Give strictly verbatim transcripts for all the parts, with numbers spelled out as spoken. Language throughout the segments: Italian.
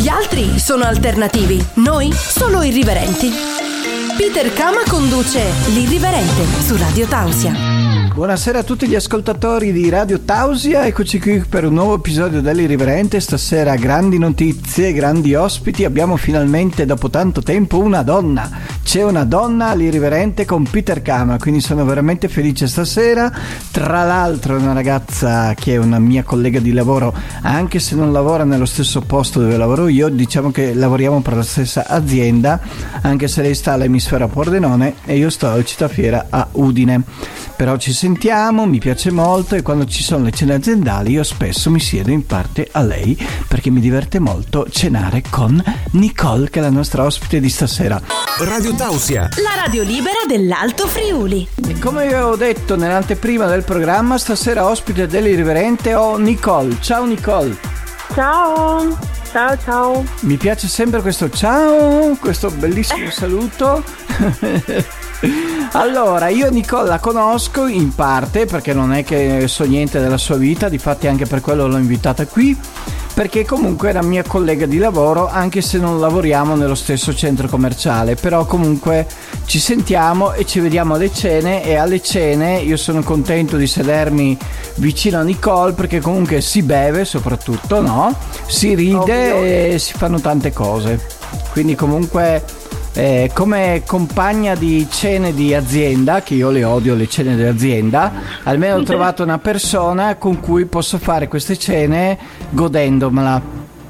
Gli altri sono alternativi, noi solo irriverenti. Peter Kama conduce L'Irriverente su Radio Tausia. Buonasera a tutti gli ascoltatori di Radio Tausia, eccoci qui per un nuovo episodio dell'Irriverente. Stasera grandi notizie, grandi ospiti, abbiamo finalmente dopo tanto tempo una donna, c'è una donna all'Irriverente con Peter Kama, quindi sono veramente felice stasera. Tra l'altro è una ragazza che è una mia collega di lavoro, anche se non lavora nello stesso posto dove lavoro io, diciamo che lavoriamo per la stessa azienda, anche se lei sta all'emisfero Pordenone e io sto al Cittafiera a Udine. Però ci sentiamo, mi piace molto e quando ci sono le cene aziendali io spesso mi siedo in parte a lei perché mi diverte molto cenare con Nicole, che è la nostra ospite di stasera. Radio Tausia, la radio libera dell'Alto Friuli. E come vi avevo detto nell'anteprima del programma, stasera ospite dell'Irriverente ho Nicole. Ciao Nicole. Ciao, ciao ciao. Mi piace sempre questo ciao, questo bellissimo saluto. Allora, io Nicole la conosco in parte perché non è che so niente della sua vita, difatti anche per quello l'ho invitata qui, perché comunque è la mia collega di lavoro, anche se non lavoriamo nello stesso centro commerciale, però comunque ci sentiamo e ci vediamo alle cene, e alle cene io sono contento di sedermi vicino a Nicole perché comunque si beve soprattutto, no? Si ride Ovvio. E si fanno tante cose, quindi comunque Eh, come compagna di cene di azienda, che io le odio le cene di azienda, almeno ho trovato una persona con cui posso fare queste cene godendomela.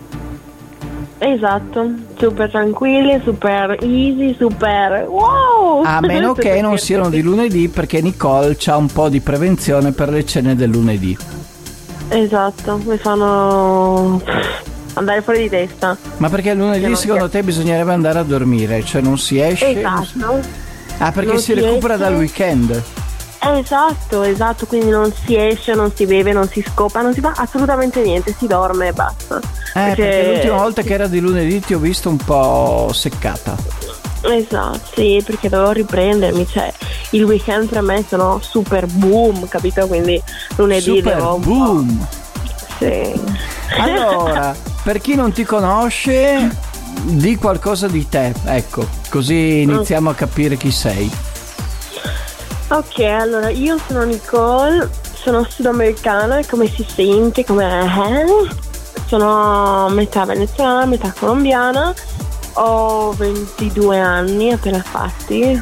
Esatto, super tranquille, super easy, super wow. A meno che non siano di lunedì, perché Nicole c'ha un po' di prevenzione per le cene del lunedì. Esatto, mi fanno andare fuori di testa. Ma perché lunedì secondo te bisognerebbe andare a dormire? Cioè non si esce? Esatto. Ah, perché non si, si recupera esce. Dal weekend. Esatto, esatto, quindi non si esce, non si beve, non si scopa, non si fa assolutamente niente, si dorme e basta. Eh, perché, perché l'ultima volta che era di lunedì ti ho visto un po' seccata. Esatto, sì, perché dovevo riprendermi, cioè il weekend per me sono super boom, capito? Quindi lunedì super devo un boom. po'. Sì. Allora, per chi non ti conosce, di qualcosa di te, ecco, così iniziamo a capire chi sei. Ok, allora io sono Nicole, sono sudamericana, come si sente, come eh? Sono metà venezuelana, metà colombiana, ho ventidue anni appena fatti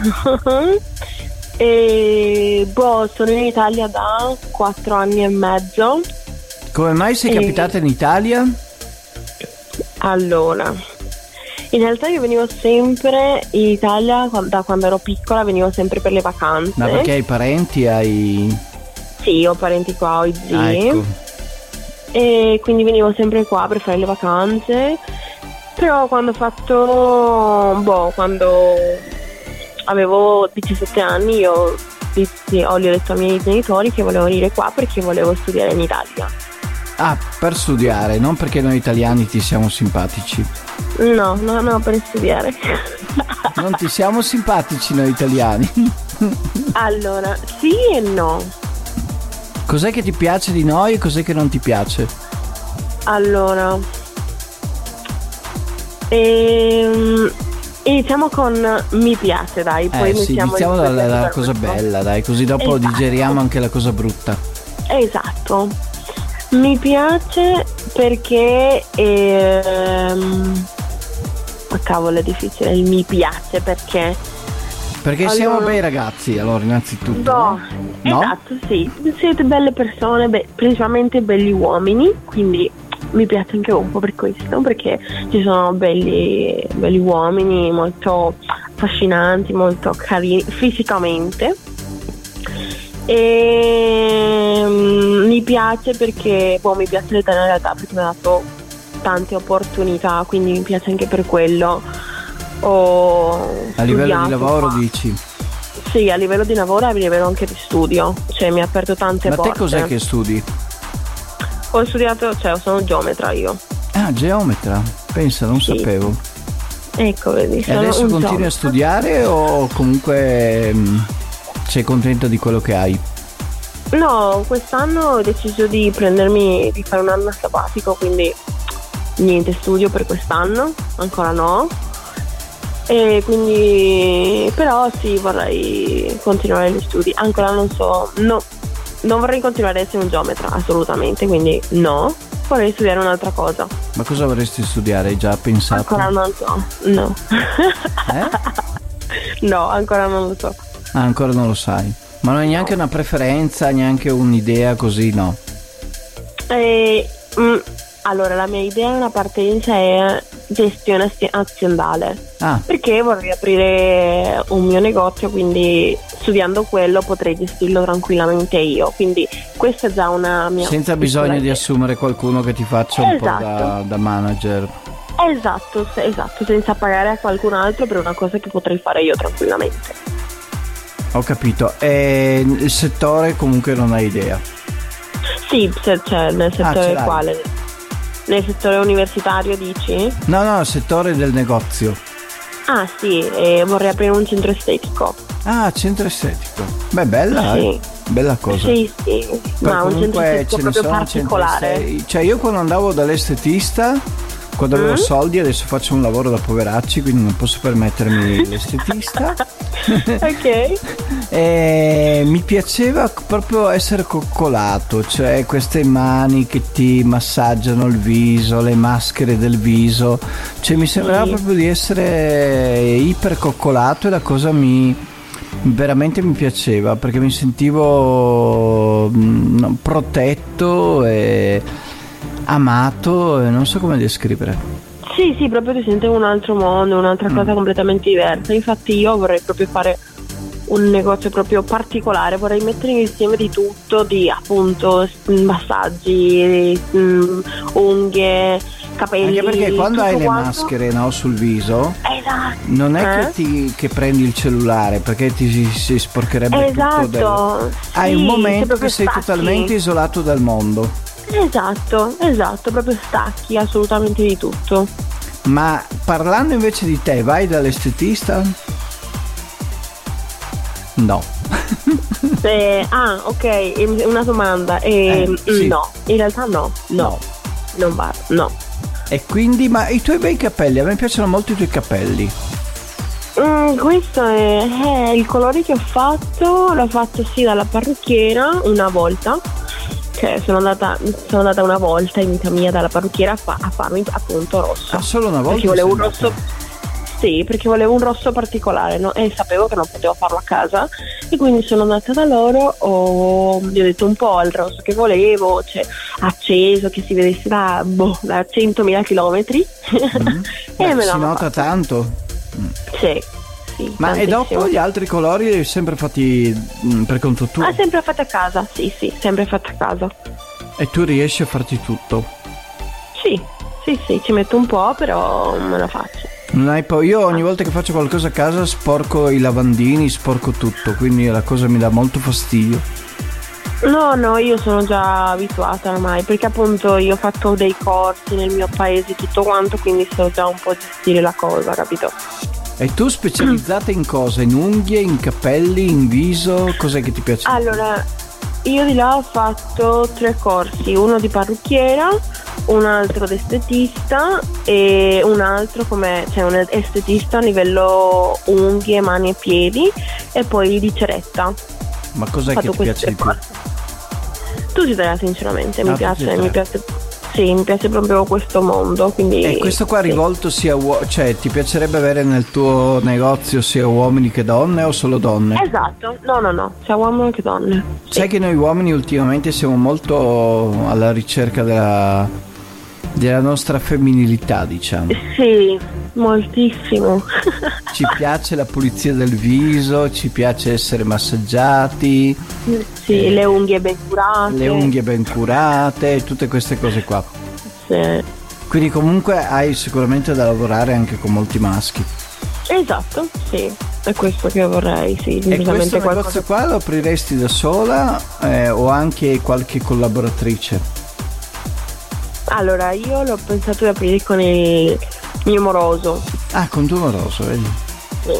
e boh, sono in Italia da quattro anni e mezzo. Come mai sei e... capitata in Italia? Allora, in realtà io venivo sempre in Italia da quando ero piccola, venivo sempre per le vacanze. Ma perché hai parenti? Hai... Sì, ho parenti qua, ho i zii. Ah, ecco. E quindi venivo sempre qua per fare le vacanze. Però quando ho fatto, boh, quando avevo diciassette anni io dissi, ho gli ho detto ai miei genitori che volevo venire qua perché volevo studiare in Italia. Ah, per studiare, non perché noi italiani ti siamo simpatici. No, no, no, per studiare. Non ti siamo simpatici noi italiani? Allora, sì e no. Cos'è che ti piace di noi e cos'è che non ti piace? Allora, ehm, iniziamo con mi piace, dai. Poi Eh sì, iniziamo dalla, dalla cosa bella, dai, così dopo esatto. digeriamo anche la cosa brutta. Esatto. Mi piace perché ehm... oh, cavolo, è difficile. Il mi piace perché Perché allora... siamo bei ragazzi, allora, innanzitutto. No, no? Esatto, sì. Siete belle persone, be- principalmente belli uomini, quindi mi piace anche un po' per questo, perché ci sono belli, belli uomini molto affascinanti, molto carini fisicamente. E mi piace perché boh, mi piace l'Italia in realtà perché mi ha dato tante opportunità, quindi mi piace anche per quello. Ho a livello di lavoro qua. Dici? Sì, a livello di lavoro e a livello anche di studio, cioè mi ha aperto tante Ma porte. te cos'è che studi? Ho studiato, cioè sono geometra io. Ah, geometra, pensa, non sì. sapevo. Ecco, vedi. E adesso continui geometra. a studiare o comunque mh, sei contenta di quello che hai? No, quest'anno ho deciso di prendermi, di fare un anno sabbatico, quindi niente studio per quest'anno, ancora no. E quindi però sì, vorrei continuare gli studi, ancora non so, no, non vorrei continuare ad essere un geometra, assolutamente, quindi no, vorrei studiare un'altra cosa. Ma cosa vorresti studiare? Hai già pensato? Ancora non so, no. Eh? No, ancora non lo so. Ah, ancora non lo sai. Ma non hai neanche una preferenza, neanche un'idea così, no? E, mh, allora, la mia idea in una partenza è gestione aziendale. Ah. Perché vorrei aprire un mio negozio, quindi studiando quello potrei gestirlo tranquillamente io. Quindi questa è già una mia... Senza bisogno di assumere qualcuno che ti faccia un esatto. po' da, da manager. Esatto, esatto, senza pagare a qualcun altro per una cosa che potrei fare io tranquillamente. Ho capito. E il settore comunque non hai idea? Sì, se, cioè nel settore ah, quale? Nel settore universitario dici? No, no, il settore del negozio. Ah sì, eh, vorrei aprire un centro estetico. Ah, centro estetico. Beh, bella, sì. eh? Bella cosa. Sì, sì, Poi ma un centro estetico proprio particolare. Esteti- cioè io quando andavo dall'estetista, quando avevo mm? soldi, adesso faccio un lavoro da poveracci, quindi non posso permettermi l'estetista. Ok. E mi piaceva proprio essere coccolato, cioè queste mani che ti massaggiano il viso, le maschere del viso, cioè mi sembrava sì. proprio di essere ipercoccolato, e la cosa mi veramente mi piaceva, perché mi sentivo mh, protetto e amato, e non so come descrivere. Sì, sì, proprio ti senti un altro mondo, un'altra cosa mm. completamente diversa. Infatti io vorrei proprio fare un negozio proprio particolare, vorrei mettere insieme di tutto, di appunto massaggi, mh, unghie, capelli. Anche perché quando hai le quanto... maschere, no, sul viso, esatto. non è eh? che, ti, che prendi il cellulare, perché ti si, si sporcherebbe esatto. tutto del... Sì, hai un momento che sei stacchi. totalmente isolato dal mondo. Esatto, esatto, proprio stacchi assolutamente di tutto. Ma parlando invece di te, vai dall'estetista? No. eh, ah, ok, una domanda. Eh, eh, sì. No, in realtà no, no, no. Non va, no. E quindi, ma i tuoi bei capelli, a me piacciono molto i tuoi capelli. Mm, questo è, è il colore che ho fatto, l'ho fatto sì dalla parrucchiera una volta. Cioè sono andata sono andata una volta in vita mia dalla parrucchiera a, fa, a farmi appunto rosso. Ah, solo una volta? Perché volevo un rosso. Sì, perché volevo un rosso particolare, no? E sapevo che non potevo farlo a casa, e quindi sono andata da loro, ho, gli ho detto un po' il rosso che volevo, cioè acceso, che si vedesse da, boh, da centomila chilometri. Mm-hmm. E Beh, me si nota fatto. tanto. Mm. Sì. Sì, ma e dopo gli altri colori li hai sempre fatti mh, per conto tuo? Ah, sempre fatti a casa, sì, sì, sempre fatti a casa. E tu riesci a farti tutto? Sì, sì, sì, ci metto un po', però me la faccio. Non hai paura? Io ogni volta che faccio qualcosa a casa sporco i lavandini, sporco tutto, quindi la cosa mi dà molto fastidio. No, no, io sono già abituata ormai, perché appunto io ho fatto dei corsi nel mio paese, tutto quanto, quindi so già un po' gestire la cosa, capito? E tu specializzata in cosa? In unghie, in capelli, in viso? Cos'è che ti piace? Allora, io di là ho fatto tre corsi, uno di parrucchiera, un altro di estetista e un altro come, cioè un estetista a livello unghie, mani e piedi, e poi di ceretta. Ma cos'è che ti piace di più? Tu si dirà sinceramente, no, mi piace, mi piace. Sì, mi piace proprio questo mondo, quindi... E questo qua sì. rivolto sia uo- cioè ti piacerebbe avere nel tuo negozio sia uomini che donne o solo donne? Esatto, no no no, sia uomini che donne. Sai sì. che noi uomini ultimamente siamo molto alla ricerca della, della nostra femminilità, diciamo. Sì, moltissimo. Ci piace la pulizia del viso, ci piace essere massaggiati. Sì, eh, le unghie ben curate. Le unghie ben curate, tutte queste cose qua. Sì. Quindi comunque hai sicuramente da lavorare anche con molti maschi. Esatto, sì, è questo che vorrei, sì. E questo qualcosa... negozio qua lo apriresti da sola eh, o anche qualche collaboratrice? Allora, io l'ho pensato di aprire con il mio moroso. Ah, con tuo moroso, vedi? Sì.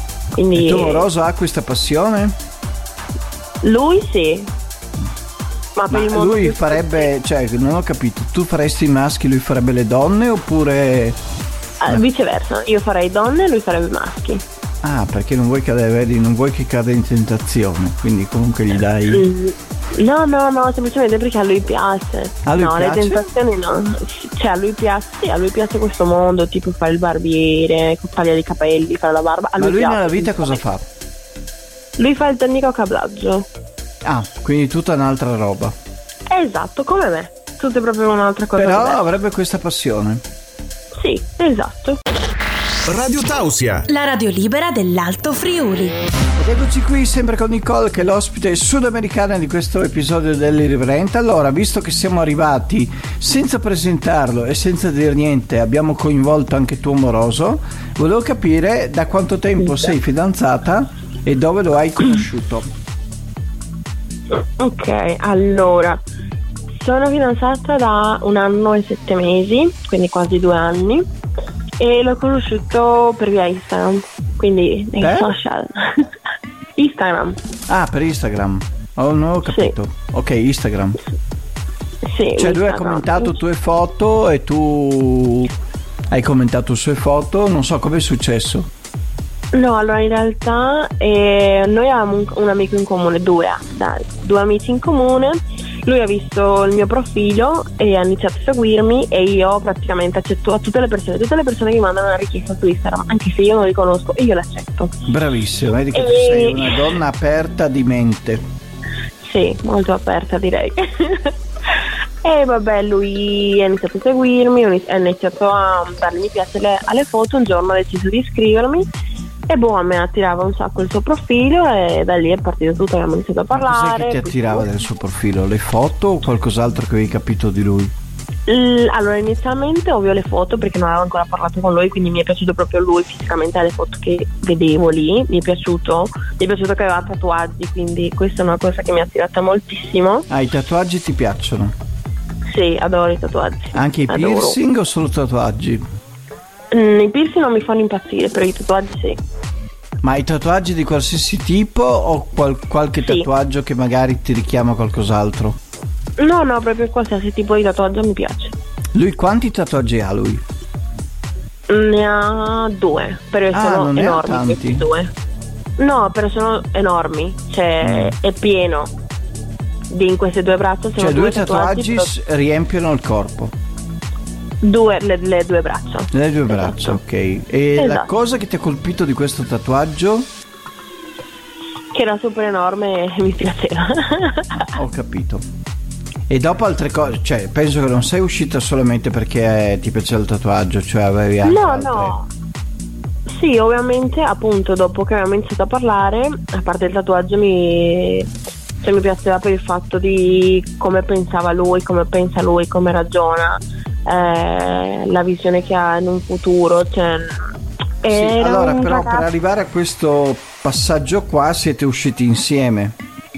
Quindi... E tuo moroso ha questa passione? Lui sì. Ma per Ma il mondo lui più farebbe, cioè non ho capito, tu faresti i maschi, lui farebbe le donne oppure... Eh, viceversa, io farei donne e lui farebbe maschi. Ah, perché non vuoi cadere, vedi, non vuoi che cada in tentazione, quindi comunque gli dai... Mm, No, no, no, semplicemente perché a lui piace. A lui no, piace? le tentazioni no. Cioè a lui piace, sì, a lui piace questo mondo, tipo fare il barbiere, tagliare i capelli, fare la barba. A Ma lui, lui piace, nella vita cosa fa? Lui fa il tecnico cablaggio. Ah, quindi tutta un'altra roba. Esatto, come me. Tutto è proprio un'altra cosa. Però diversa. avrebbe questa passione. Sì, esatto. Radio Tausia, La radio libera dell'Alto Friuli. Ed eccoci qui sempre con Nicole, che è l'ospite sudamericana di questo episodio dell'Irriverente. Allora, visto che siamo arrivati senza presentarlo e senza dire niente, abbiamo coinvolto anche tuo moroso, volevo capire da quanto tempo sei fidanzata e dove lo hai conosciuto. Ok, allora sono fidanzata da un anno e sette mesi, quindi quasi due anni. E l'ho conosciuto per via Instagram, quindi nei Eh? social. Instagram, Ah, per Instagram. Oh, non ho capito. Ok, Instagram. sì. Cioè lui ha Instagram. commentato tue foto e tu hai commentato sue foto, non so come è successo. No, allora in realtà eh, noi avevamo un, un amico in comune, due, dai, due amici in comune. Lui ha visto il mio profilo e ha iniziato a seguirmi e io praticamente accetto a tutte le persone, tutte le persone che mi mandano una richiesta su Instagram, anche se io non li conosco, e io l'accetto. Bravissimo, vedi che tu E- sei una donna aperta di mente. Sì, molto aperta direi. E vabbè, lui ha iniziato a seguirmi, ha iniziato a darmi mi piace alle, alle foto, un giorno ha deciso di iscrivermi e boh, a me attirava un sacco il suo profilo e da lì è partito tutto, abbiamo iniziato a Ma parlare. cos'è che ti attirava del suo profilo? Le foto o qualcos'altro che avevi capito di lui? L- Allora, inizialmente ovvio le foto perché non avevo ancora parlato con lui, quindi mi è piaciuto proprio lui fisicamente, alle foto che vedevo lì, mi è piaciuto, mi è piaciuto che aveva tatuaggi, quindi questa è una cosa che mi ha attirata moltissimo. Ah, i tatuaggi ti piacciono? Sì, adoro i tatuaggi. Anche i Adoro. piercing o solo tatuaggi? Mm, I piercing non mi fanno impazzire, però i tatuaggi sì. Ma i tatuaggi di qualsiasi tipo o qual- qualche Sì. tatuaggio che magari ti richiama qualcos'altro? No, no, proprio qualsiasi tipo di tatuaggio mi piace. Lui quanti tatuaggi ha lui? Ne ha due, però Ah, sono non ne ha enormi tanti? questi due. No, però sono enormi, cioè Mm. è pieno. Di in queste due braccia sono Cioè due due tatuaggi però- s- riempiono il corpo. Due, le, le due braccia. Le due Esatto. braccia, ok. E la Esatto. cosa che ti ha colpito di questo tatuaggio? Che era super enorme e mi piaceva. Ho capito. E dopo altre cose, cioè penso che non sei uscita solamente perché ti piaceva il tatuaggio, cioè avevi anche No, altre... no. Sì, ovviamente appunto dopo che avevamo iniziato a parlare, a parte il tatuaggio mi, cioè, mi piaceva per il fatto di come pensava lui, come pensa lui, come ragiona, eh, la visione che ha in un futuro. Cioè, Sì, era allora un però ragazzo- per arrivare a questo passaggio qua siete usciti insieme.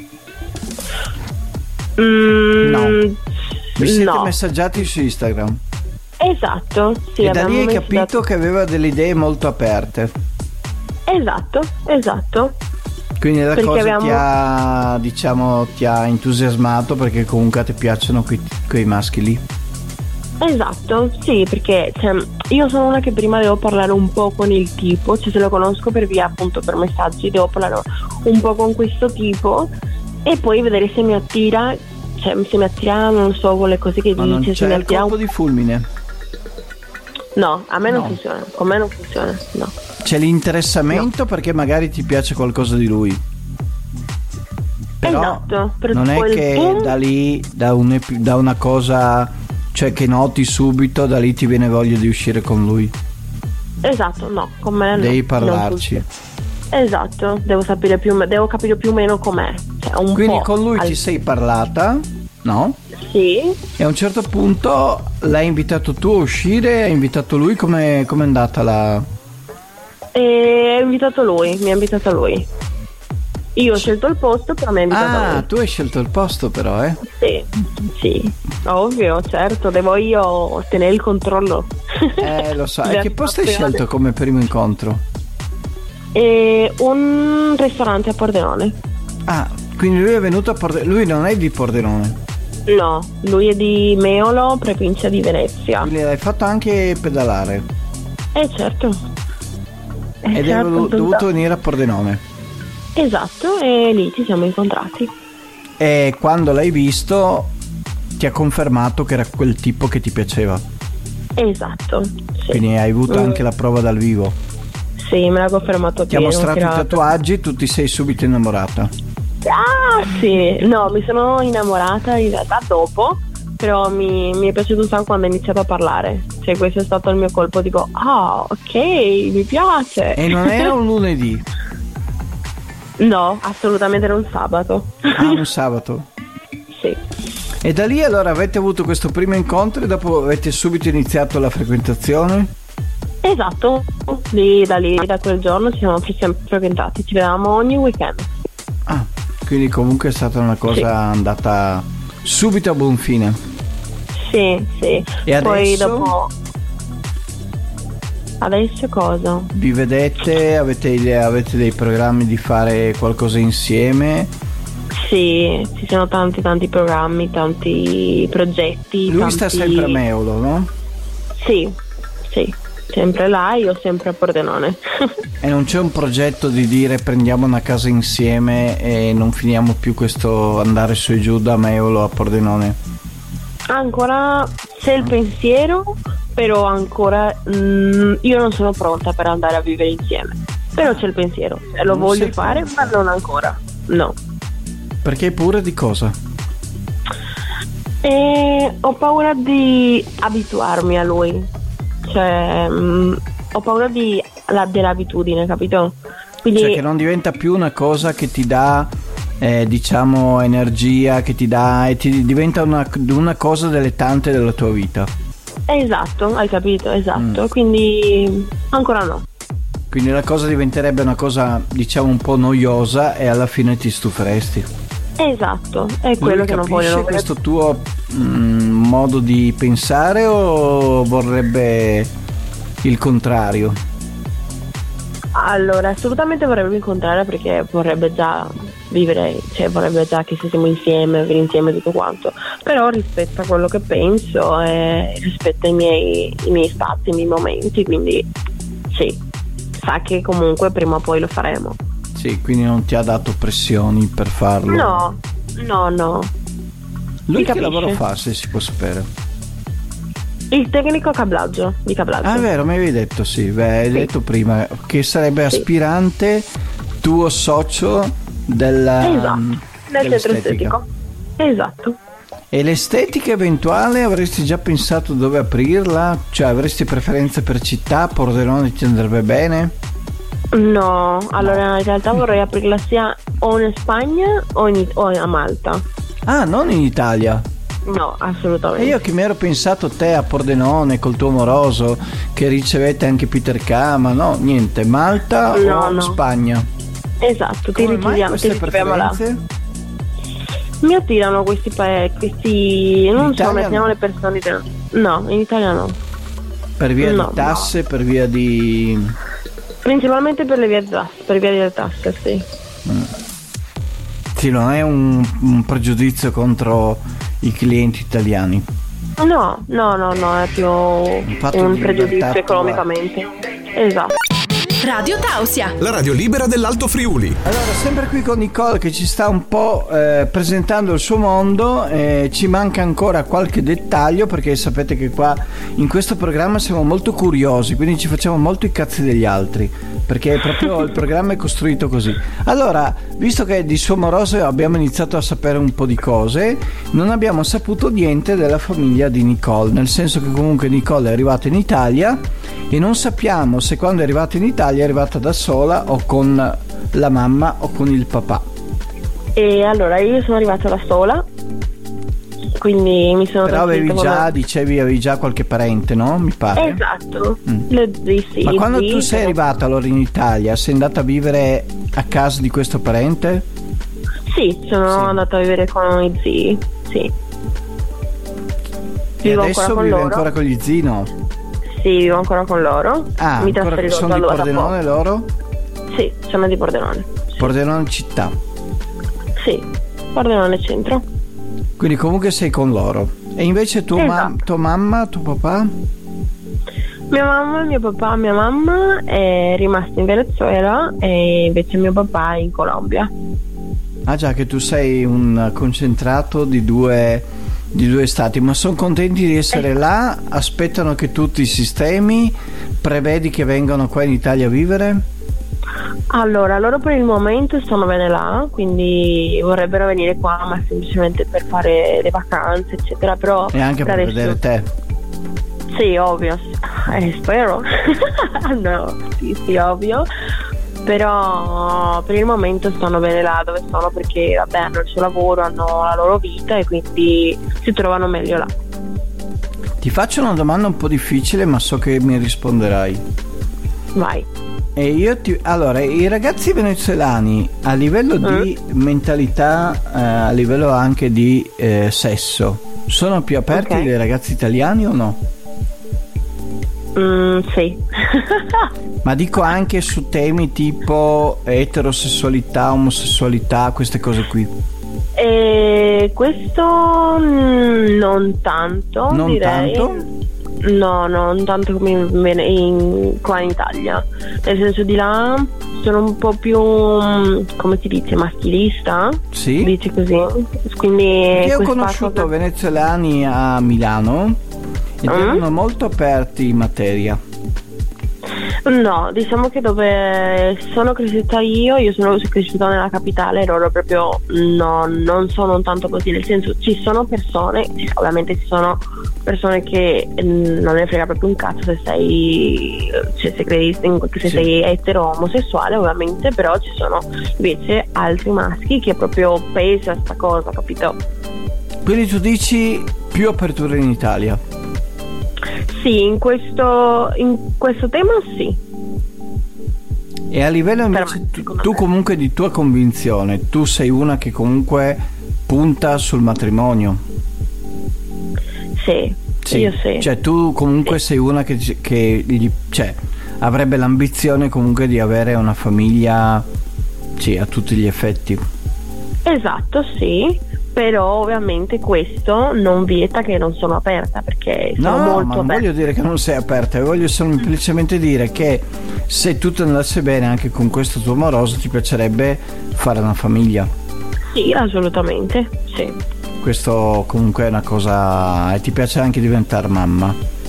Mm, No. Vi siete no. messaggiati su Instagram. Esatto, sì, e da lì abbiamo hai capito messaggio- che aveva delle idee molto aperte. Esatto, esatto. Quindi la Perché cosa ti avevamo- ha, diciamo, ti ha entusiasmato perché comunque a te piacciono quei, quei maschi lì. Esatto, sì, perché cioè, io sono una che prima devo parlare un po' con il tipo, cioè se lo conosco per via appunto per messaggi, devo parlare un po' con questo tipo e poi vedere se mi attira, cioè se mi attira, non so, con le cose che Ma non dice, se mi c'è il attira. colpo di fulmine. No, a me non No. funziona, con me non funziona, no. C'è l'interessamento perché magari ti piace qualcosa di lui. Però Esatto, per non è quel che boom- da lì, da, un epi- da una cosa, cioè che noti subito, da lì ti viene voglia di uscire con lui. Esatto, no, con me no. Devi non parlarci. funziona. Esatto, devo sapere più, devo capire più o meno com'è. Cioè, un Quindi po' con lui al- ti sei parlata, no? Sì, E a un certo punto l'hai invitato tu a uscire, hai invitato lui, come è andata la... e ho invitato lui, mi ha invitato lui. Io ho scelto il posto, però mi ha invitato Ah, lui. tu hai scelto il posto però, eh? Sì, sì, ovvio, certo, devo io tenere il controllo. Eh, lo so. E Della che posto hai situazione. scelto come primo incontro? E un ristorante a Pordenone. Ah, quindi lui è venuto a Pordenone. Lui non è di Pordenone. No, lui è di Meolo, provincia di Venezia. Quindi l'hai fatto anche pedalare? Eh certo. Eh, Ed certo, è dovuto tutto. venire a Pordenone. Esatto, e lì ci siamo incontrati. E quando l'hai visto ti ha confermato che era quel tipo che ti piaceva. Esatto, sì. Quindi hai avuto Mm. anche la prova dal vivo. Sì, me l'ha confermato Ti ha pieno, mostrato che i era- tatuaggi, tu ti sei subito innamorata. Ah, sì. No, mi sono innamorata in realtà dopo, però mi, mi è piaciuto un sacco quando ha iniziato a parlare. Cioè, questo è stato il mio colpo, dico, ah, ok, mi piace. E non era un lunedì, No, assolutamente era un sabato. ah, un sabato. Sì. E da lì allora avete avuto questo primo incontro e dopo avete subito iniziato la frequentazione? Esatto, lì, da lì, da quel giorno ci siamo sempre frequentati, ci vedevamo ogni weekend. Ah, quindi comunque è stata una cosa Sì. andata subito a buon fine. Sì, sì. E Poi adesso? dopo... Adesso cosa? Vi vedete, avete, avete dei programmi di fare qualcosa insieme? Sì, ci sono tanti tanti programmi, tanti progetti. Lui tanti... sta sempre a Meolo, no? Sì, sì, sempre là, io sempre a Pordenone. E non c'è un progetto di dire prendiamo una casa insieme e non finiamo più questo andare su e giù da Meolo a Pordenone? Ancora c'è il pensiero, però ancora mm, io non sono pronta per andare a vivere insieme. Però c'è il pensiero, cioè, lo Non voglio sei fare, pronta? ma non ancora. No. Perché hai paura di cosa? E ho paura di abituarmi a lui. Cioè, mm, ho paura di, la, dell'abitudine, capito? Quindi Cioè che non diventa più una cosa che ti dà eh, diciamo energia, che ti dà e ti diventa una, una cosa delle tante della tua vita. esatto, hai capito, esatto. Mm. Quindi ancora no. Quindi la cosa diventerebbe una cosa diciamo un po' noiosa e alla fine ti stuferesti. Esatto, è Lui quello che non capisce voglio. questo tuo mm, modo di pensare o vorrebbe il contrario? Allora, assolutamente vorrebbe incontrare perché vorrebbe già vivere, cioè vorrebbe già che siamo insieme, vivere insieme tutto quanto. Però rispetta quello che penso e rispetta i miei, i miei spazi, i miei momenti, quindi sì, sa che comunque prima o poi lo faremo. Sì, quindi non ti ha dato pressioni per farlo. No, no, no. Lui si che capisce. lavoro fa, se si può sapere? Il tecnico cablaggio, di cablaggio. Ah, è vero, mi avevi detto, sì, beh, hai Sì. detto prima che sarebbe Sì. aspirante tuo socio della, Esatto, nel centro dell'estetica. estetico. Esatto. E l'estetica eventuale avresti già pensato dove aprirla? Cioè avresti preferenze per città? Pordenone ti andrebbe bene? No, allora in realtà vorrei aprirla sia o in Spagna o, in, o a Malta. Ah, non in Italia. No, E assolutamente. io che mi ero pensato te a Pordenone col tuo moroso che ricevete anche Peter Kama, no, niente, Malta No, o no. Spagna? Esatto, ti Come mai ritroviamo, ti queste ritroviamo là. preferenze? Mi attirano questi pa- questi non In so Italia come si chiamano no. le persone italiane. No, in Italia no. Per via No, di tasse, per via di... Principalmente per le vie tasse, per via delle tasse, sì. Sì, non è un, un pregiudizio contro i clienti italiani. No, no, no, no, è più fatto un di pregiudizio libertà economicamente. Esatto. Radio Tausia. La radio libera dell'Alto Friuli. Allora, sempre qui con Nicole che ci sta un po' eh, presentando il suo mondo, eh, ci manca ancora qualche dettaglio perché sapete che qua in questo programma siamo molto curiosi, quindi ci facciamo molto i cazzi degli altri, perché proprio il programma è costruito così. Allora, visto che di suo moroso abbiamo iniziato a sapere un po' di cose, non abbiamo saputo niente della famiglia di Nicole, nel senso che comunque Nicole è arrivata in Italia e non sappiamo se quando è arrivata in Italia è arrivata da sola o con la mamma o con il papà. E allora io sono arrivata da sola, quindi mi sono Però avevi trasferita già, con- dicevi, avevi già qualche parente, no? Mi pare. Esatto, Mm. le zii, sì, Ma quando zii, tu sei però- arrivata allora in Italia, sei andata a vivere a casa di questo parente? Sì, sono Sì. andata a vivere con i zii, sì. E Vivo adesso ancora con vive loro. ancora con gli zii, no? Sì, vivo ancora con loro. Ah, Mi ancora che trasferirò sono da di loro da Pordenone poco. loro? Sì, sono di Pordenone. Pordenone città. Sì, Pordenone centro. Quindi comunque sei con loro. E invece tua, Esatto. ma- tua mamma, tuo papà? Mia mamma, mio papà, mia mamma è rimasta in Venezuela e invece mio papà è in Colombia. Ah già, che tu sei un concentrato di due, di due stati, ma sono contenti di essere là? Aspettano che tu ti sistemi? Prevedi che vengano qua in Italia a vivere? Allora, loro per il momento stanno bene là, quindi vorrebbero venire qua, ma semplicemente per fare le vacanze, eccetera. Però E anche per adesso- vedere te? Sì, ovvio, eh, spero. No, sì, sì, ovvio. Però per il momento stanno bene là dove sono perché vabbè, hanno il suo lavoro, hanno la loro vita e quindi si trovano meglio là. Ti faccio una domanda un po' difficile, ma so che mi risponderai. Vai. E io ti... Allora, i ragazzi venezuelani a livello di mentalità, eh, a livello anche di eh, sesso, sono più aperti Ok. dei ragazzi italiani o no? Mm, sì. Ma dico anche su temi tipo eterosessualità, omosessualità, queste cose qui. E questo mm, non tanto, Non direi. tanto? No, no, non tanto come in, Vene- in- qua in Italia. Nel senso di là sono un po' più, mm, come si dice, maschilista? Sì? Dici così? Quindi Io ho questa conosciuto cosa- venezuelani a Milano ed Mm? erano molto aperti in materia. No, diciamo che dove sono cresciuta io, io sono cresciuta nella capitale, loro proprio no, non sono tanto così, nel senso ci sono persone, ci- ovviamente ci sono persone che mm, non ne frega proprio un cazzo se sei, cioè, se credi in- se Sì. sei etero o omosessuale ovviamente, però ci sono invece altri maschi che proprio pesa sta cosa, capito? Quindi tu dici più apertura in Italia. Sì, in questo, in questo tema sì. E a livello Per invece me, tu, secondo tu me. comunque di tua convinzione, tu sei una che comunque punta sul matrimonio. Sì, io sì. Cioè tu comunque sei una che, che gli, cioè, avrebbe l'ambizione comunque di avere una famiglia, sì, a tutti gli effetti. Esatto, sì, però ovviamente questo non vieta che non sono aperta perché sono No, molto ma non aperta. voglio dire che non sei aperta, voglio semplicemente dire che se tutto andasse bene anche con questo tuo amoroso ti piacerebbe fare una famiglia. Sì, assolutamente, sì. Questo comunque è una cosa. E ti piace anche diventare mamma?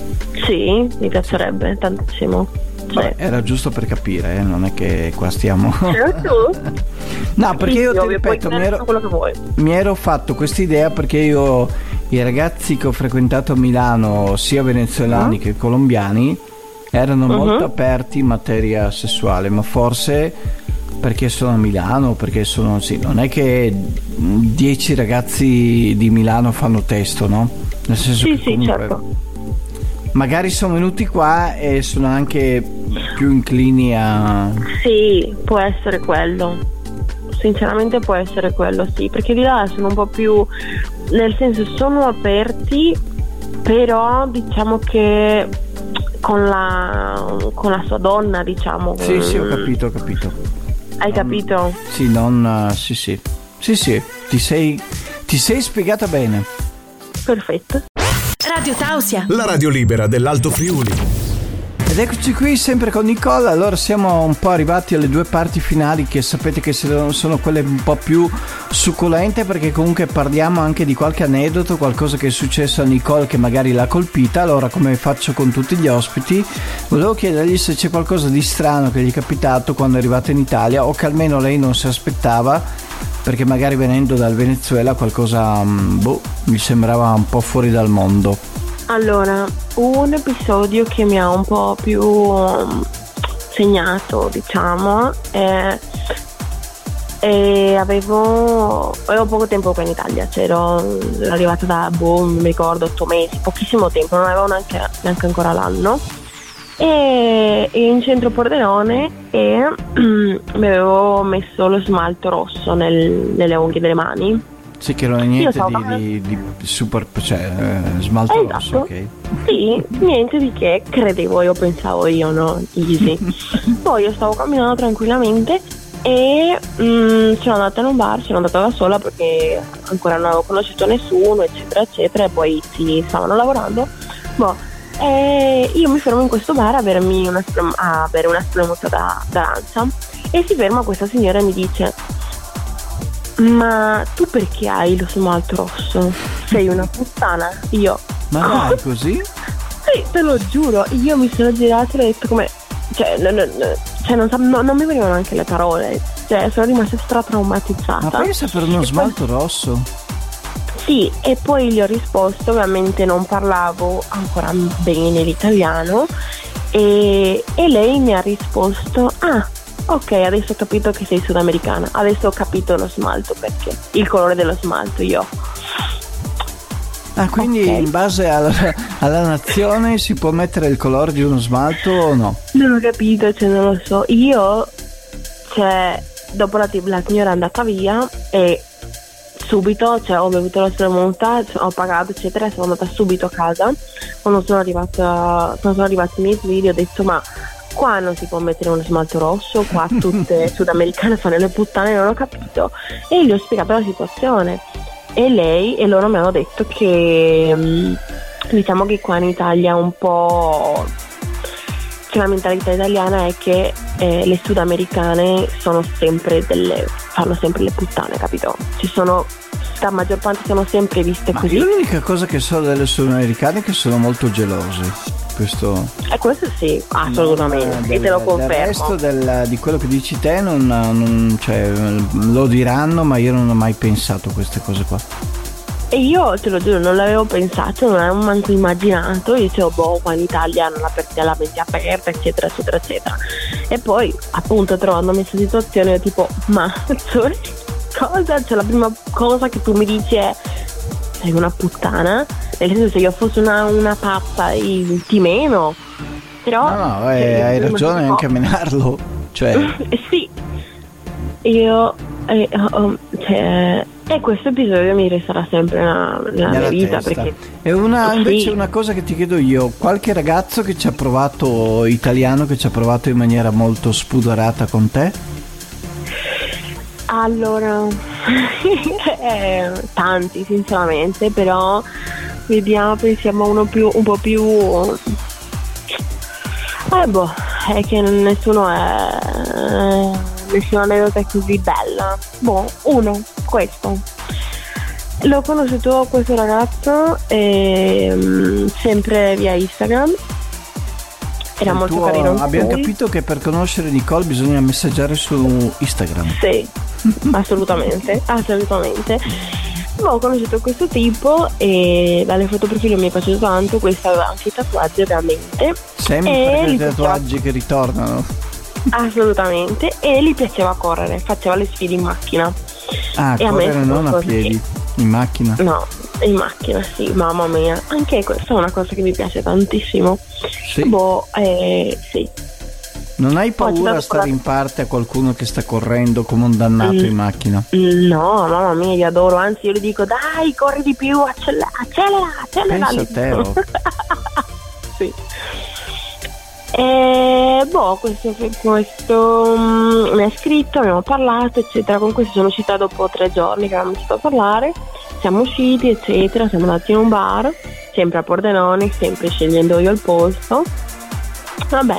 Sì, mi piacerebbe tantissimo. Sì. Vabbè, era giusto per capire, eh, non è che qua stiamo. Però tu? No, perché Sì, io sì, ti ovvio, ripeto, puoi mi ero, dire quello che vuoi. mi ero fatto questa idea perché io i ragazzi che ho frequentato a Milano, sia venezuelani Uh-huh. che colombiani, erano Uh-huh. molto aperti in materia sessuale, ma forse perché sono a Milano, perché sono, sì, non è che dieci ragazzi di Milano fanno testo, no? Nel senso Sì, che sì, comunque certo. magari sono venuti qua e sono anche più inclini a. Sì, può essere quello. Sinceramente può essere quello, sì, perché di là sono un po' più, nel senso sono aperti, però diciamo che con la con la sua donna, diciamo. Sì, sì, ho mm, capito, ho capito. Hai capito? Sì, non. Sì, sì. Sì, sì, ti sei. Ti sei spiegata bene. Perfetto. Radio Tausia. La radio libera dell'Alto Friuli. Ed eccoci qui sempre con Nicole. Allora siamo un po' arrivati alle due parti finali che sapete che sono sono quelle un po' più succulente, perché comunque parliamo anche di qualche aneddoto, qualcosa che è successo a Nicole che magari l'ha colpita. Allora, come faccio con tutti gli ospiti, volevo chiedergli se c'è qualcosa di strano che gli è capitato quando è arrivata in Italia o che almeno lei non si aspettava, perché magari venendo dal Venezuela qualcosa mm, boh, mi sembrava un po' fuori dal mondo. Allora, un episodio che mi ha un po' più um, segnato, diciamo, è, è avevo, avevo poco tempo qua in Italia, cioè ero, ero arrivata da, boh, non mi ricordo, otto mesi, pochissimo tempo, non avevo neanche, neanche ancora l'anno. E, e in centro Pordenone e mi avevo messo lo smalto rosso nel- nelle unghie delle mani. Sì, che non è niente so, di, di, di super, cioè eh, smalto Esatto. rosso, ok? Sì, niente di che, credevo io, pensavo io, no? Easy. Poi io stavo camminando tranquillamente e mm, sono andata in un bar, sono andata da sola perché ancora non avevo conosciuto nessuno, eccetera eccetera, e poi si stavano lavorando. Boh, e io mi fermo in questo bar a, bermi una sprem- a bere una spremuta da, d'arancia, e si ferma questa signora e mi dice: ma tu perché hai lo smalto rosso? Sei una puttana? Io: ma dai, così? Sì, te lo giuro, io mi sono girata e ho detto come, cioè, no, no, no, cioè non, no, non mi venivano anche le parole, cioè sono rimasta stra-traumatizzata. Ma pensa, per uno e smalto poi, rosso? Sì, e poi gli ho risposto, ovviamente non parlavo ancora bene l'italiano, e, e lei mi ha risposto: ah, ok, adesso ho capito che sei sudamericana, adesso ho capito lo smalto, perché il colore dello smalto. Io: ah, quindi okay, in base alla, alla nazione si può mettere il colore di uno smalto o no? Non ho capito, cioè non lo so. Io, cioè, dopo la, la signora è andata via e subito, cioè, ho bevuto la spremuta, ho pagato eccetera, e sono andata subito a casa. Quando sono arrivata, quando sono arrivati i miei figli, ho detto: ma qua non si può mettere uno smalto rosso, qua tutte sudamericane fanno le puttane, non ho capito. E gli ho spiegato la situazione. E lei e loro mi hanno detto che diciamo che qua in Italia un po', cioè, la mentalità italiana è che eh, le sudamericane sono sempre delle, fanno sempre le puttane, capito? Ci sono, la maggior parte sono sempre viste ma così. Io l'unica cosa che so delle sudamericane è che sono molto gelose. Questo, eh, questo sì, assolutamente, e te lo confermo. Il resto del, di quello che dici te non, non, cioè, lo diranno, ma io non ho mai pensato a queste cose qua. E io te lo giuro, non l'avevo pensato, non avevo manco immaginato. Io dicevo: boh, qua in Italia non la, per- la mente aperta, eccetera eccetera eccetera. E poi appunto trovandomi in questa situazione, tipo: ma cosa? Cioè, la prima cosa che tu mi dici è: sei una puttana. Nel senso, se io fossi una, una pazza ti meno. Però no no eh, hai ragione tipo, anche a menarlo, cioè sì, io eh, oh, cioè, e questo episodio mi resterà sempre nella, nella mia vita, testa. Perché è una sì. Invece una cosa che ti chiedo io: qualche ragazzo che ci ha provato, italiano, che ci ha provato in maniera molto spudorata con te? Allora eh, tanti sinceramente, però vediamo, pensiamo a uno più, un po' più eh boh, è che nessuno è eh, nessuna aneddota è così bella. Boh, uno, questo l'ho conosciuto, questo ragazzo eh, sempre via Instagram, era il molto tuo, carino. Abbiamo capito che per conoscere Nicole bisogna messaggiare su Instagram. Sì, assolutamente, assolutamente. Ho conosciuto questo tipo e dalle foto profilo mi è piaciuto tanto. Questa aveva anche i tatuaggi, ovviamente. Sempre i tatuaggi che ritornano. Assolutamente. E gli piaceva correre, faceva le sfide in macchina. Ah, e correre a me non a piedi, che... in macchina? No, in macchina, sì, mamma mia. Anche questa è una cosa che mi piace tantissimo. Sì. Boh, eh, sì. Non hai paura a stare in parte a qualcuno che sta correndo come un dannato mm, in macchina? No, mamma mia, li adoro. Anzi, io gli dico: dai, corri di più, accelera, accelera, accelera. Pensa a te, oh. Sì. E boh, questo, questo um, mi ha scritto, abbiamo parlato, eccetera. Con questo sono uscita dopo tre giorni che avevamo iniziato a parlare. Siamo usciti, eccetera. Siamo andati in un bar, sempre a Pordenone, sempre scegliendo io il posto. Vabbè,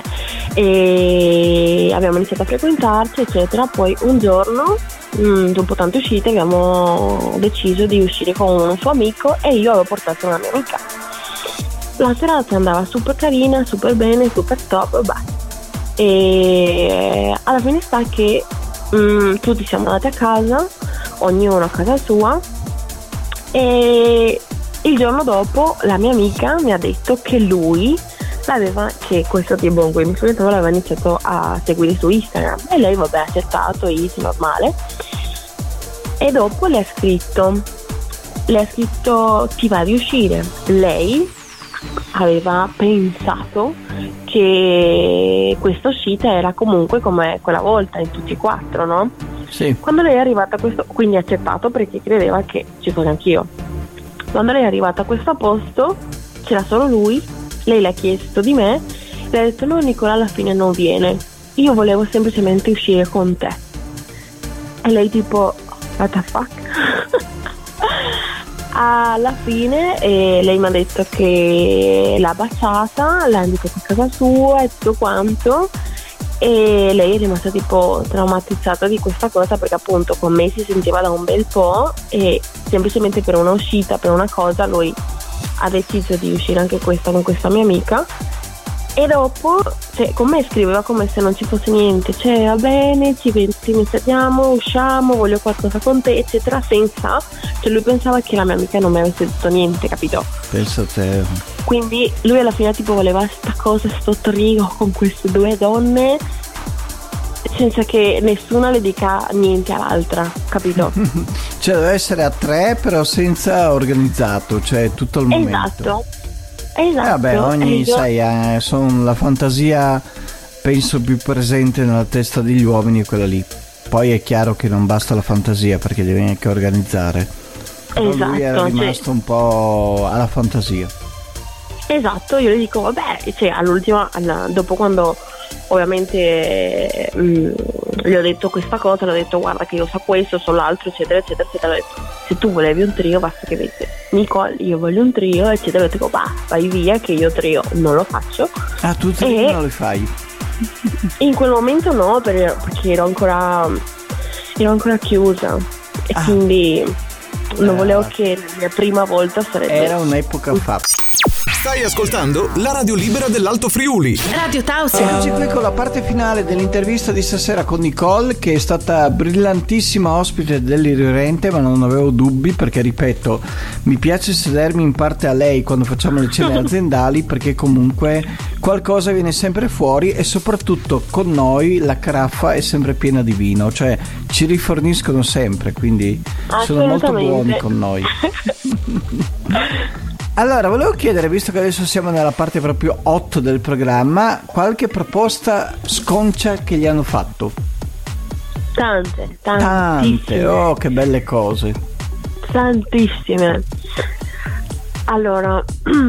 e abbiamo iniziato a frequentarci, eccetera. Poi un giorno, mh, dopo tante uscite, abbiamo deciso di uscire con un suo amico e io avevo portato una mia amica. La serata andava super carina, super bene, super top, basta. E alla fine sta che mh, tutti siamo andati a casa, ognuno a casa sua, e il giorno dopo la mia amica mi ha detto che lui l'aveva, che questo tipo con cui mi frequentavo l'aveva iniziato a seguire su Instagram, e lei vabbè ha accettato, easy, normale. E dopo le ha scritto le ha scritto ti va di uscire. Lei aveva pensato che questa uscita era comunque come quella volta in tutti e quattro, no? Sì. Quando lei è arrivata a questo, quindi ha accettato perché credeva che ci fossi anch'io. Quando lei è arrivata a questo posto c'era solo lui. Lei le ha chiesto di me, le ha detto no Nicola, alla fine non viene, io volevo semplicemente uscire con te. E lei tipo, what the fuck? Alla fine eh, lei mi ha detto che l'ha baciata, l'ha invitata a casa sua e tutto quanto, e lei è rimasta tipo traumatizzata di questa cosa, perché appunto con me si sentiva da un bel po' e semplicemente per una uscita, per una cosa, lui ha deciso di uscire anche questa con questa mia amica. E dopo, cioè, con me scriveva come se non ci fosse niente, cioè va bene, ci, ci messaggiamo, usciamo, voglio qualcosa con te, eccetera, senza, cioè lui pensava che la mia amica non mi avesse detto niente, capito? Pensa a te. Quindi lui alla fine tipo voleva sta cosa, sto trio con queste due donne, senza che nessuna le dica niente all'altra, capito? Cioè deve essere a tre però senza organizzato, cioè tutto il momento. Esatto. Esatto. Eh, vabbè, ogni, io... sai, eh, sono la fantasia penso più presente nella testa degli uomini è quella lì. Poi è chiaro che non basta la fantasia perché devi anche organizzare. Però esatto, lui era rimasto cioè... un po' alla fantasia. Esatto, io le dico vabbè, cioè all'ultima, alla, dopo quando ovviamente mh, gli ho detto questa cosa, le ho detto guarda che io so questo, so l'altro, eccetera, eccetera, eccetera, ho detto se tu volevi un trio basta che vedi Nicole, io voglio un trio, eccetera, ho detto bah, vai via che io trio non lo faccio. Ah, tu trio e... non li fai? In quel momento no, per, perché ero ancora ero ancora chiusa e ah. quindi non eh. volevo che la mia prima volta sarebbe... Era un'epoca fa. Stai ascoltando la radio libera dell'Alto Friuli. Radio Tausia. Oggi qui con la parte finale dell'intervista di stasera con Nicole, che è stata brillantissima ospite dell'Irriverente, ma non avevo dubbi perché, ripeto, mi piace sedermi in parte a lei quando facciamo le cene aziendali, perché comunque qualcosa viene sempre fuori e soprattutto con noi la caraffa è sempre piena di vino, cioè ci riforniscono sempre, quindi sono molto buoni con noi. Allora, volevo chiedere, visto che adesso siamo nella parte proprio hot del programma, qualche proposta sconcia che gli hanno fatto? Tante, tante. Tante, oh, che belle cose. Tantissime. Allora,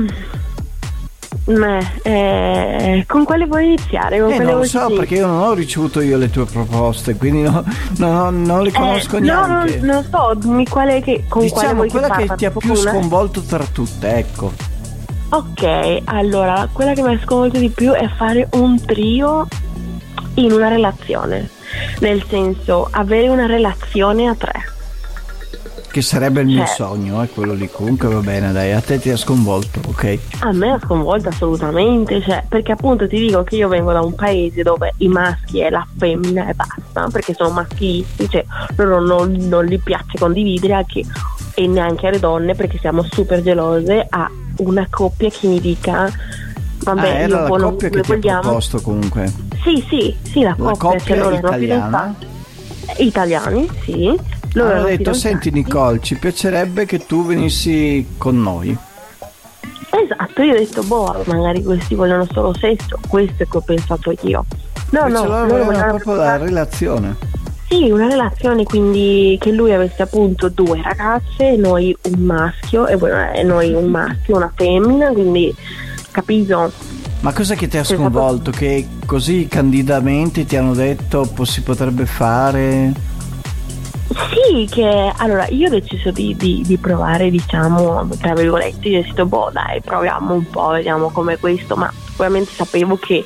eh, con quale vuoi iniziare? Con eh, quale non lo vuoi so, dire? perché io non ho ricevuto io le tue proposte, quindi no, no, non le conosco eh, neanche. No, non, non so, dimmi quale che, con diciamo quale vuoi quella che, che ti ha più una? sconvolto tra tutte, ecco. Ok, allora, quella che mi ha sconvolto di più è fare un trio in una relazione, nel senso, avere una relazione a tre. Che sarebbe il mio cioè, sogno, eh, quello lì. Comunque va bene, dai, a te ti ha sconvolto, ok? A me ha sconvolto assolutamente, cioè, perché appunto ti dico che io vengo da un paese dove i maschi e la femmina e basta, perché sono maschilisti, cioè loro non, non gli piace condividere anche, e neanche alle donne, perché siamo super gelose, a una coppia che mi dica vabbè, ah, era io la non, coppia che ti vogliamo... ha proposto comunque. Sì, sì, sì, la coppia, la coppia cioè loro italiana? Italiani, sì. Loro hanno detto fidanzati. Senti Nicole, ci piacerebbe che tu venissi con noi. Esatto, io ho detto boh, magari questi vogliono solo sesso, questo è che ho pensato io. No, Invece no, loro loro volevano proprio la fare... relazione. Sì, una relazione, quindi che lui avesse appunto due ragazze, noi un maschio e noi un maschio, una femmina, quindi capito? Ma cosa che ti ha Sei sconvolto? stato... Che così candidamente ti hanno detto si potrebbe fare? Sì, che allora io ho deciso di, di, di provare, diciamo, tra virgolette, io ho detto boh dai, proviamo un po', vediamo com'è questo, ma ovviamente sapevo che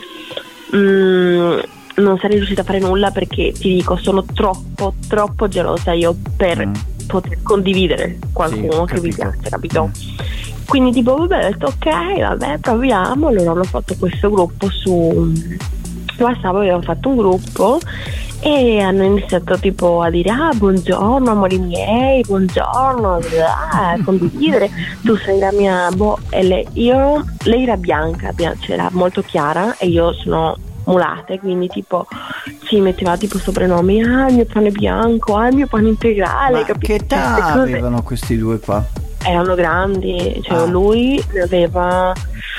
mm, non sarei riuscita a fare nulla, perché ti dico, sono troppo, troppo gelosa io per mm. poter condividere qualcuno sì, che mi piace, capito? Mm. Quindi tipo vabbè, ho detto ok, vabbè, proviamo. Allora hanno fatto questo gruppo su WhatsApp, abbiamo fatto un gruppo e hanno iniziato tipo a dire ah buongiorno amori miei, buongiorno, ah, condividere, tu sei la mia boh, e lei, io, lei era bianca, cioè era molto chiara e io sono mulate, quindi tipo si metteva tipo sopranomi, ah il mio pane bianco, ah il mio pane integrale. Ma capito? che età avevano questi due qua? Erano grandi, cioè ah. lui ne aveva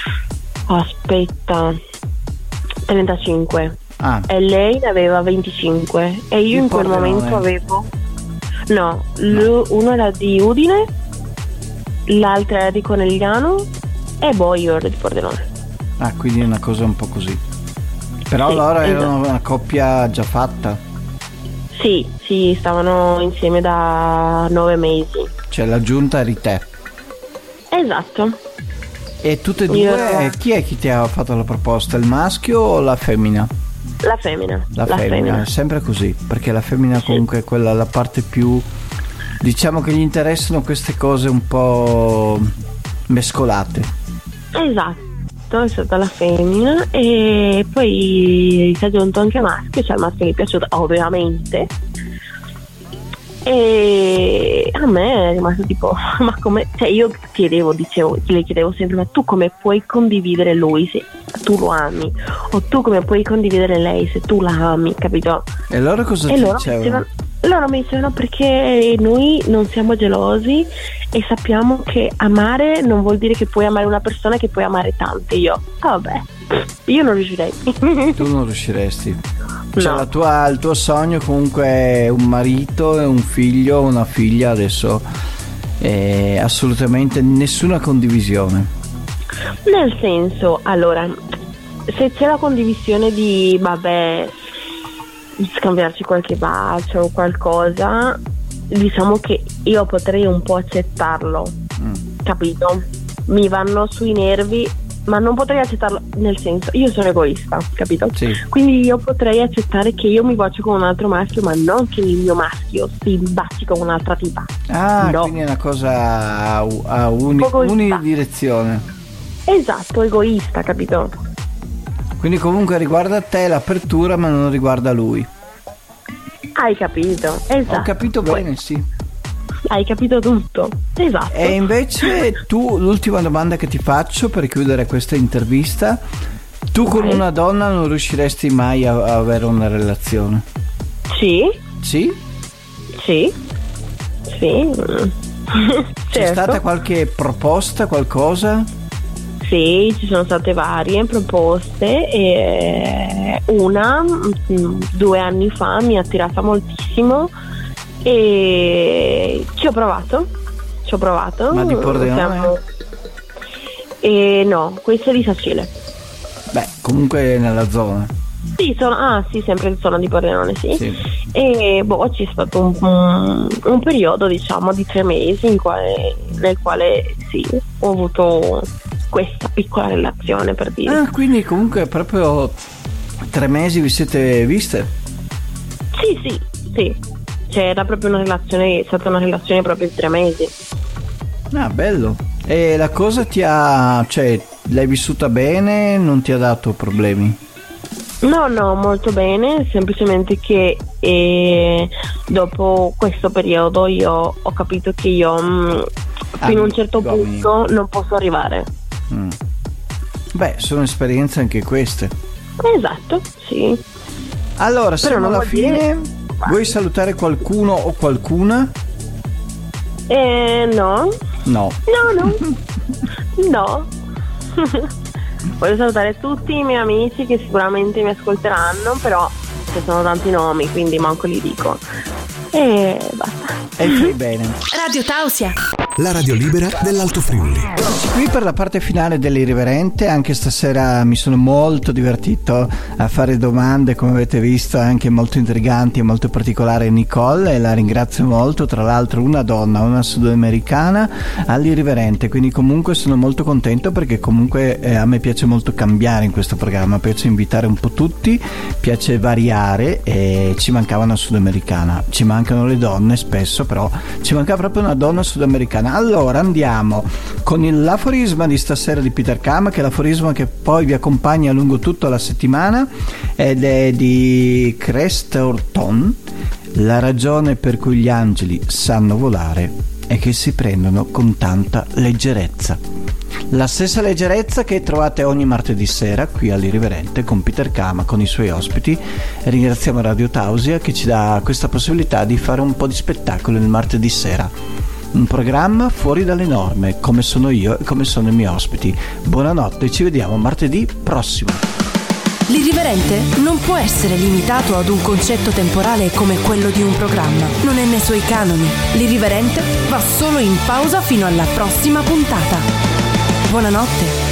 aspetta trentacinque ah. e lei ne aveva venticinque e io di in quel Pordenone. momento avevo no, no. uno era di Udine, l'altra era di Conegliano e poi io ero di Pordenone. Ah, quindi è una cosa un po' così. Però sì, loro erano esatto. una coppia già fatta. Sì, sì, stavano insieme da nove mesi. Cioè l'aggiunta eri te. Esatto. E tutte e due, Io... chi è che ti ha fatto la proposta? Il maschio o la femmina? La femmina. La, la femmina, femmina, è sempre così, perché la femmina sì. comunque è quella, la parte più, diciamo che gli interessano queste cose un po' mescolate. Esatto, è stata la femmina e poi si è aggiunto anche maschio, cioè al maschio gli è piaciuto ovviamente. E a me è rimasto tipo, ma come, cioè io chiedevo, dicevo, le chiedevo sempre, ma tu come puoi condividere lui se tu lo ami, o tu come puoi condividere lei se tu la ami, capito? E loro cosa e ti loro dicevano? dicevano? Loro mi dicevano perché noi non siamo gelosi e sappiamo che amare non vuol dire che puoi amare una persona che puoi amare tante. Io, ah, vabbè, io non riuscirei. Tu non riusciresti. Cioè No. la tua, il tuo sogno comunque è un marito e un figlio, una figlia adesso, e assolutamente nessuna condivisione. Nel senso, allora, se c'è la condivisione di, vabbè, scambiarci qualche bacio o qualcosa, diciamo che io potrei un po' accettarlo, Mm. capito? Mi vanno sui nervi, ma non potrei accettarlo, nel senso, io sono egoista, capito? Sì. Quindi io potrei accettare che io mi bacio con un altro maschio, ma non che il mio maschio si baci con un'altra tipa. Ah, No. quindi è una cosa a, a uni- Egoista. unidirezione. Esatto, egoista, capito? Quindi comunque riguarda te l'apertura, ma non riguarda lui. Hai capito? Esatto. Ho capito bene, sì. Hai capito tutto. Esatto. E invece tu, l'ultima domanda che ti faccio per chiudere questa intervista, tu con Ok. una donna non riusciresti mai a, a avere una relazione? Sì, Sì? sì, sì. C'è Certo. stata qualche proposta, qualcosa? Sì, ci sono state varie proposte e una mm, due anni fa mi ha attirata moltissimo e ci ho provato, ci ho provato. Ma di Pordenone? Siamo- E no, questa è di Sacile. Beh, comunque nella zona. Sì, sono, ah sì, sempre in zona di Pordenone, sì. Sì. E boh, c'è stato un, un, un periodo, diciamo, di tre mesi in quale, nel quale sì, ho avuto questa piccola relazione, per dire. Ah, quindi comunque proprio tre mesi vi siete viste? Sì, sì, sì. Cioè, era proprio una relazione, è stata una relazione proprio di tre mesi. Ah, bello. E la cosa ti ha, cioè, l'hai vissuta bene? Non ti ha dato problemi? No, no, molto bene, semplicemente che eh, dopo questo periodo io ho capito che io mh, Ah, fino a un certo uomini. punto non posso arrivare. Mm. Beh, sono esperienze anche queste. Esatto, sì. Allora, siamo non alla vuol fine. dire- Vuoi salutare qualcuno o qualcuna? Eh, no, No. no, no, no. Voglio salutare tutti i miei amici che sicuramente mi ascolteranno, però ci sono tanti nomi, quindi manco li dico. E basta. E fai bene. Radio Tausia. La radio libera dell'Alto Friuli. Qui per la parte finale dell'Irriverente, anche stasera mi sono molto divertito a fare domande, come avete visto, anche molto intriganti e molto particolari. Nicole, e la ringrazio molto, tra l'altro una donna, una sudamericana all'Irriverente, quindi comunque sono molto contento perché comunque eh, a me piace molto cambiare in questo programma, piace invitare un po' tutti, piace variare e ci mancava una sudamericana, ci mancano le donne spesso, però ci mancava proprio una donna sudamericana. Allora andiamo con il, l'aforisma di stasera di Peter Kama, che è l'aforisma che poi vi accompagna lungo tutta la settimana ed è di Crest Orton. La ragione per cui gli angeli sanno volare è che si prendono con tanta leggerezza. La stessa leggerezza che trovate ogni martedì sera qui all'Irriverente con Peter Kama, con i suoi ospiti. Ringraziamo Radio Tausia che ci dà questa possibilità di fare un po' di spettacolo il martedì sera. Un programma fuori dalle norme, come sono io e come sono i miei ospiti. Buonanotte, ci vediamo martedì prossimo. L'irriverente non può essere limitato ad un concetto temporale come quello di un programma. Non è nei suoi canoni. L'irriverente va solo in pausa fino alla prossima puntata. Buonanotte.